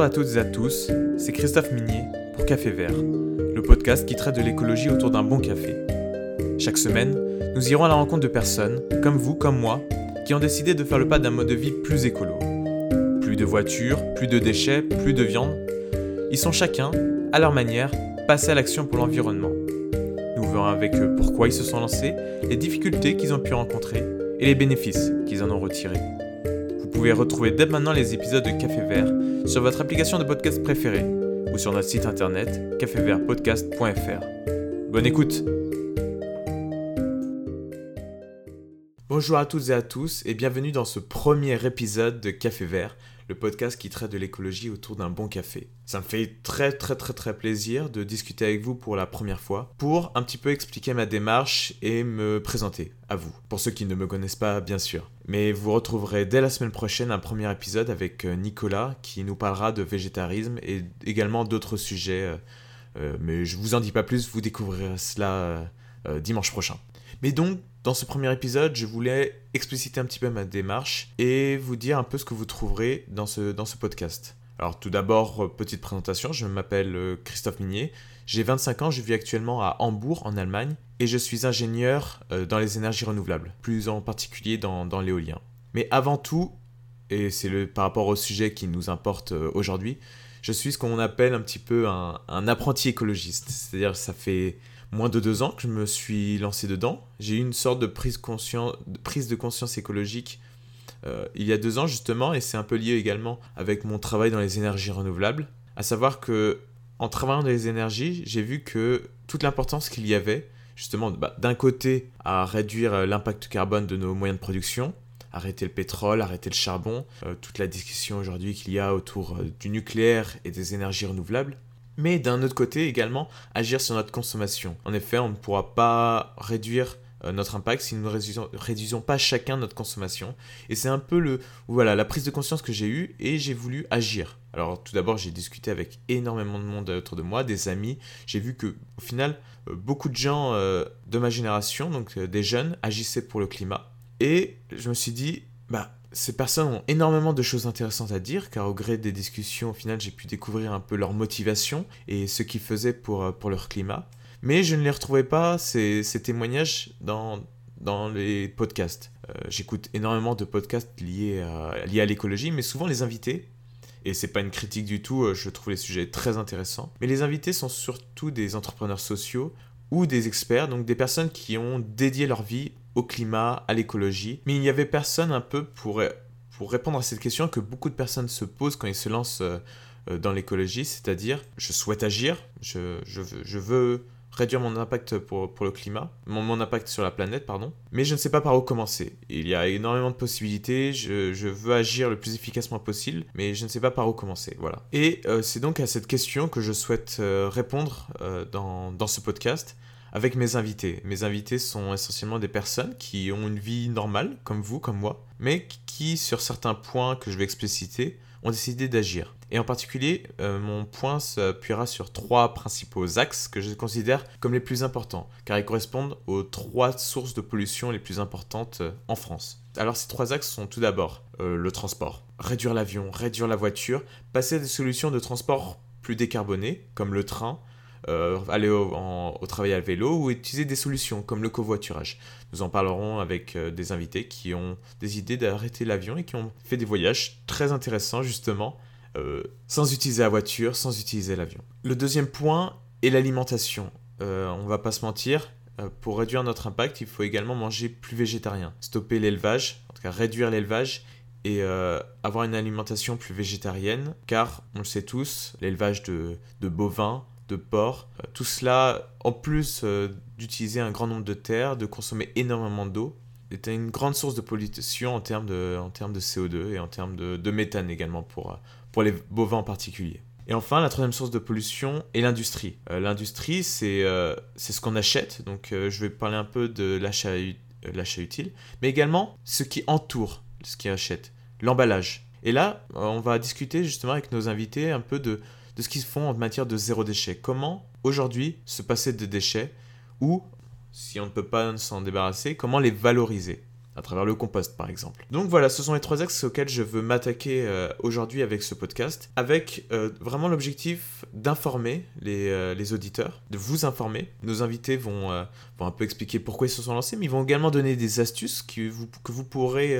Bonjour à toutes et à tous, c'est Christophe Minier pour Café Vert, le podcast qui traite de l'écologie autour d'un bon café. Chaque semaine, nous irons à la rencontre de personnes, comme vous, comme moi, qui ont décidé de faire le pas d'un mode de vie plus écolo. Plus de voitures, plus de déchets, plus de viande. Ils sont chacun, à leur manière, passés à l'action pour l'environnement. Nous verrons avec eux pourquoi ils se sont lancés, les difficultés qu'ils ont pu rencontrer et les bénéfices qu'ils en ont retirés. Vous pouvez retrouver dès maintenant les épisodes de Café Vert sur votre application de podcast préférée ou sur notre site internet cafévertpodcast.fr. Bonne écoute! Bonjour à toutes et à tous et bienvenue dans ce premier épisode de Café Vert, le podcast qui traite de l'écologie autour d'un bon café. Ça me fait très plaisir de discuter avec vous pour la première fois, pour un petit peu expliquer ma démarche et me présenter à vous, pour ceux qui ne me connaissent pas bien sûr. Mais vous retrouverez dès la semaine prochaine un premier épisode avec Nicolas qui nous parlera de végétarisme et également d'autres sujets, mais je vous en dis pas plus, vous découvrirez cela dimanche prochain. Mais donc, dans ce premier épisode, je voulais expliciter un petit peu ma démarche et vous dire un peu ce que vous trouverez dans ce podcast. Alors tout d'abord, petite présentation, je m'appelle Christophe Minier, j'ai 25 ans, je vis actuellement à Hambourg en Allemagne et je suis ingénieur dans les énergies renouvelables, plus en particulier dans l'éolien. Mais avant tout, et c'est par rapport au sujet qui nous importe aujourd'hui, je suis ce qu'on appelle un petit peu un apprenti écologiste, c'est-à-dire ça fait moins de 2 ans que je me suis lancé dedans. J'ai eu une sorte de prise de conscience écologique il y a 2 ans justement, et c'est un peu lié également avec mon travail dans les énergies renouvelables. À savoir que en travaillant dans les énergies, j'ai vu que toute l'importance qu'il y avait justement d'un côté à réduire l'impact carbone de nos moyens de production, arrêter le pétrole, arrêter le charbon, toute la discussion aujourd'hui qu'il y a autour du nucléaire et des énergies renouvelables. Mais d'un autre côté également, agir sur notre consommation. En effet, on ne pourra pas réduire notre impact si nous ne réduisons pas chacun notre consommation. Et c'est un peu la prise de conscience que j'ai eue et j'ai voulu agir. Alors tout d'abord, j'ai discuté avec énormément de monde autour de moi, des amis. J'ai vu que au final, beaucoup de gens de ma génération, donc des jeunes, agissaient pour le climat. Et je me suis dit, ces personnes ont énormément de choses intéressantes à dire, car au gré des discussions, au final, j'ai pu découvrir un peu leur motivation et ce qu'ils faisaient pour leur climat. Mais je ne les retrouvais pas, ces témoignages, dans les podcasts. J'écoute énormément de podcasts liés à l'écologie, mais souvent les invités, et c'est pas une critique du tout, je trouve les sujets très intéressants, mais les invités sont surtout des entrepreneurs sociaux ou des experts, donc des personnes qui ont dédié leur vie au climat, à l'écologie. Mais il n'y avait personne un peu pour répondre à cette question que beaucoup de personnes se posent quand ils se lancent dans l'écologie, c'est-à-dire je souhaite agir, je veux réduire mon impact pour le climat, mon impact sur la planète, mais je ne sais pas par où commencer. Il y a énormément de possibilités, je veux agir le plus efficacement possible, mais je ne sais pas par où commencer, voilà. Et c'est donc à cette question que je souhaite répondre dans ce podcast, avec mes invités. Mes invités sont essentiellement des personnes qui ont une vie normale, comme vous, comme moi, mais qui, sur certains points que je vais expliciter, ont décidé d'agir. Et en particulier, mon point s'appuiera sur 3 principaux axes que je considère comme les plus importants, car ils correspondent aux 3 sources de pollution les plus importantes en France. Alors ces 3 axes sont tout d'abord le transport, réduire l'avion, réduire la voiture, passer à des solutions de transport plus décarbonées, comme le train, aller au travail à vélo ou utiliser des solutions comme le covoiturage. Nous en parlerons avec des invités qui ont des idées d'arrêter l'avion et qui ont fait des voyages très intéressants justement sans utiliser la voiture, sans utiliser l'avion. Le deuxième point est l'alimentation. On va pas se mentir, pour réduire notre impact, il faut également manger plus végétarien. Stopper l'élevage, en tout cas réduire l'élevage et avoir une alimentation plus végétarienne, car on le sait tous, l'élevage de bovins, de porc, tout cela, en plus d'utiliser un grand nombre de terres, de consommer énormément d'eau, est une grande source de pollution en termes de CO2 et en termes de méthane également pour les bovins en particulier. Et enfin, la troisième source de pollution est l'industrie. L'industrie, c'est ce qu'on achète, donc je vais parler un peu de l'achat utile, mais également ce qui entoure ce qu'on achète, l'emballage. Et là, on va discuter justement avec nos invités un peu de ce qu'ils font en matière de zéro déchet. Comment, aujourd'hui, se passer de déchets ou, si on ne peut pas s'en débarrasser, comment les valoriser. à travers le compost par exemple. Donc voilà, ce sont les 3 axes auxquels je veux m'attaquer aujourd'hui avec ce podcast, avec vraiment l'objectif d'informer les auditeurs, de vous informer. Nos invités vont un peu expliquer pourquoi ils se sont lancés, mais ils vont également donner des astuces que vous pourrez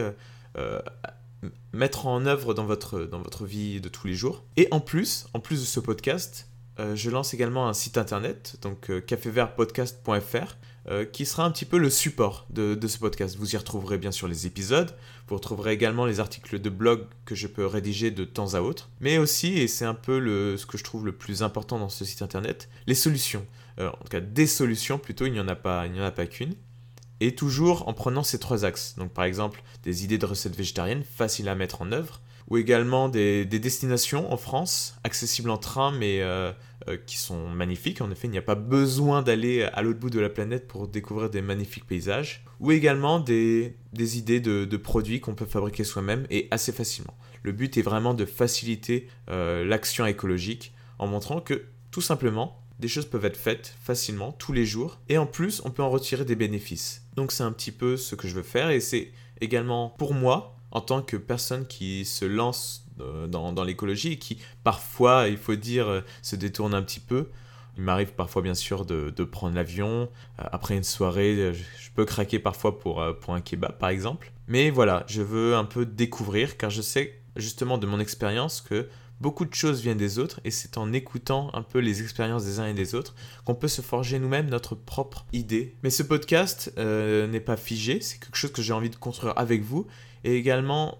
mettre en œuvre dans votre vie de tous les jours. Et en plus de ce podcast, je lance également un site internet, donc cafévertpodcast.fr, qui sera un petit peu le support de ce podcast. Vous y retrouverez bien sûr les épisodes, vous retrouverez également les articles de blog que je peux rédiger de temps à autre, mais aussi, et c'est un peu ce que je trouve le plus important dans ce site internet, les solutions. En tout cas, des solutions plutôt, il n'y en a pas qu'une. Et toujours en prenant ces 3 axes. Donc par exemple, des idées de recettes végétariennes faciles à mettre en œuvre, ou également des destinations en France, accessibles en train, mais qui sont magnifiques. En effet, il n'y a pas besoin d'aller à l'autre bout de la planète pour découvrir des magnifiques paysages. Ou également des idées de produits qu'on peut fabriquer soi-même et assez facilement. Le but est vraiment de faciliter l'action écologique en montrant que, tout simplement, des choses peuvent être faites facilement, tous les jours, et en plus, on peut en retirer des bénéfices. Donc c'est un petit peu ce que je veux faire, et c'est également pour moi, en tant que personne qui se lance dans l'écologie, et qui parfois, il faut dire, se détourne un petit peu. Il m'arrive parfois bien sûr de prendre l'avion, après une soirée, je peux craquer parfois pour un kebab par exemple. Mais voilà, je veux un peu découvrir, car je sais justement de mon expérience que beaucoup de choses viennent des autres, et c'est en écoutant un peu les expériences des uns et des autres qu'on peut se forger nous-mêmes notre propre idée. Mais ce podcast n'est pas figé, c'est quelque chose que j'ai envie de construire avec vous, et également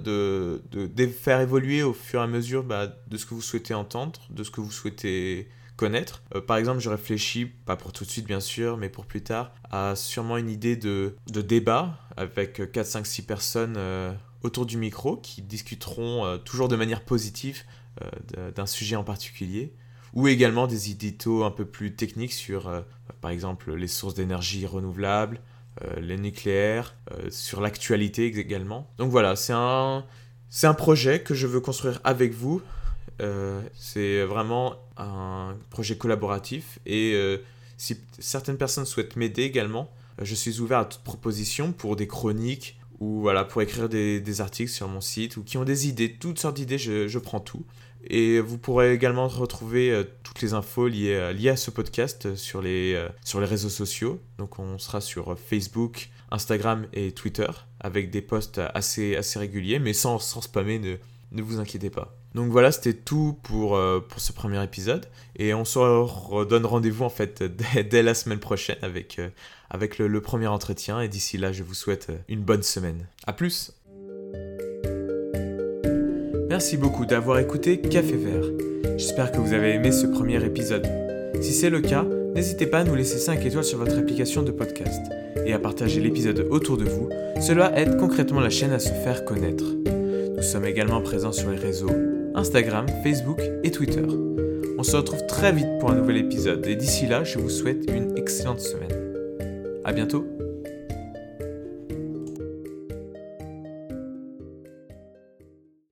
de faire évoluer au fur et à mesure de ce que vous souhaitez entendre, de ce que vous souhaitez connaître. Par exemple, je réfléchis, pas pour tout de suite bien sûr, mais pour plus tard, à sûrement une idée de débat avec 4, 5, 6 personnes autour du micro qui discuteront toujours de manière positive d'un sujet en particulier, ou également des éditos un peu plus techniques sur par exemple les sources d'énergie renouvelables, les nucléaires, sur l'actualité également. Donc voilà, c'est un projet que je veux construire avec vous. C'est vraiment un projet collaboratif, et si certaines personnes souhaitent m'aider également, je suis ouvert à toute proposition pour des chroniques, ou voilà, pour écrire des articles sur mon site, ou qui ont des idées, toutes sortes d'idées, je prends tout. Et vous pourrez également retrouver toutes les infos liées à ce podcast sur les réseaux sociaux. Donc on sera sur Facebook, Instagram et Twitter, avec des posts assez réguliers, mais sans spammer, ne vous inquiétez pas. Donc voilà, c'était tout pour ce premier épisode, et on se redonne rendez-vous en fait dès la semaine prochaine avec le premier entretien, et d'ici là je vous souhaite une bonne semaine. A plus. Merci beaucoup d'avoir écouté Café Vert. J'espère que vous avez aimé ce premier épisode. Si c'est le cas, n'hésitez pas à nous laisser 5 étoiles sur votre application de podcast et à partager l'épisode autour de vous. Cela aide concrètement la chaîne à se faire connaître. Nous sommes également présents sur les réseaux Instagram, Facebook et Twitter. On se retrouve très vite pour un nouvel épisode, et d'ici là, je vous souhaite une excellente semaine. À bientôt.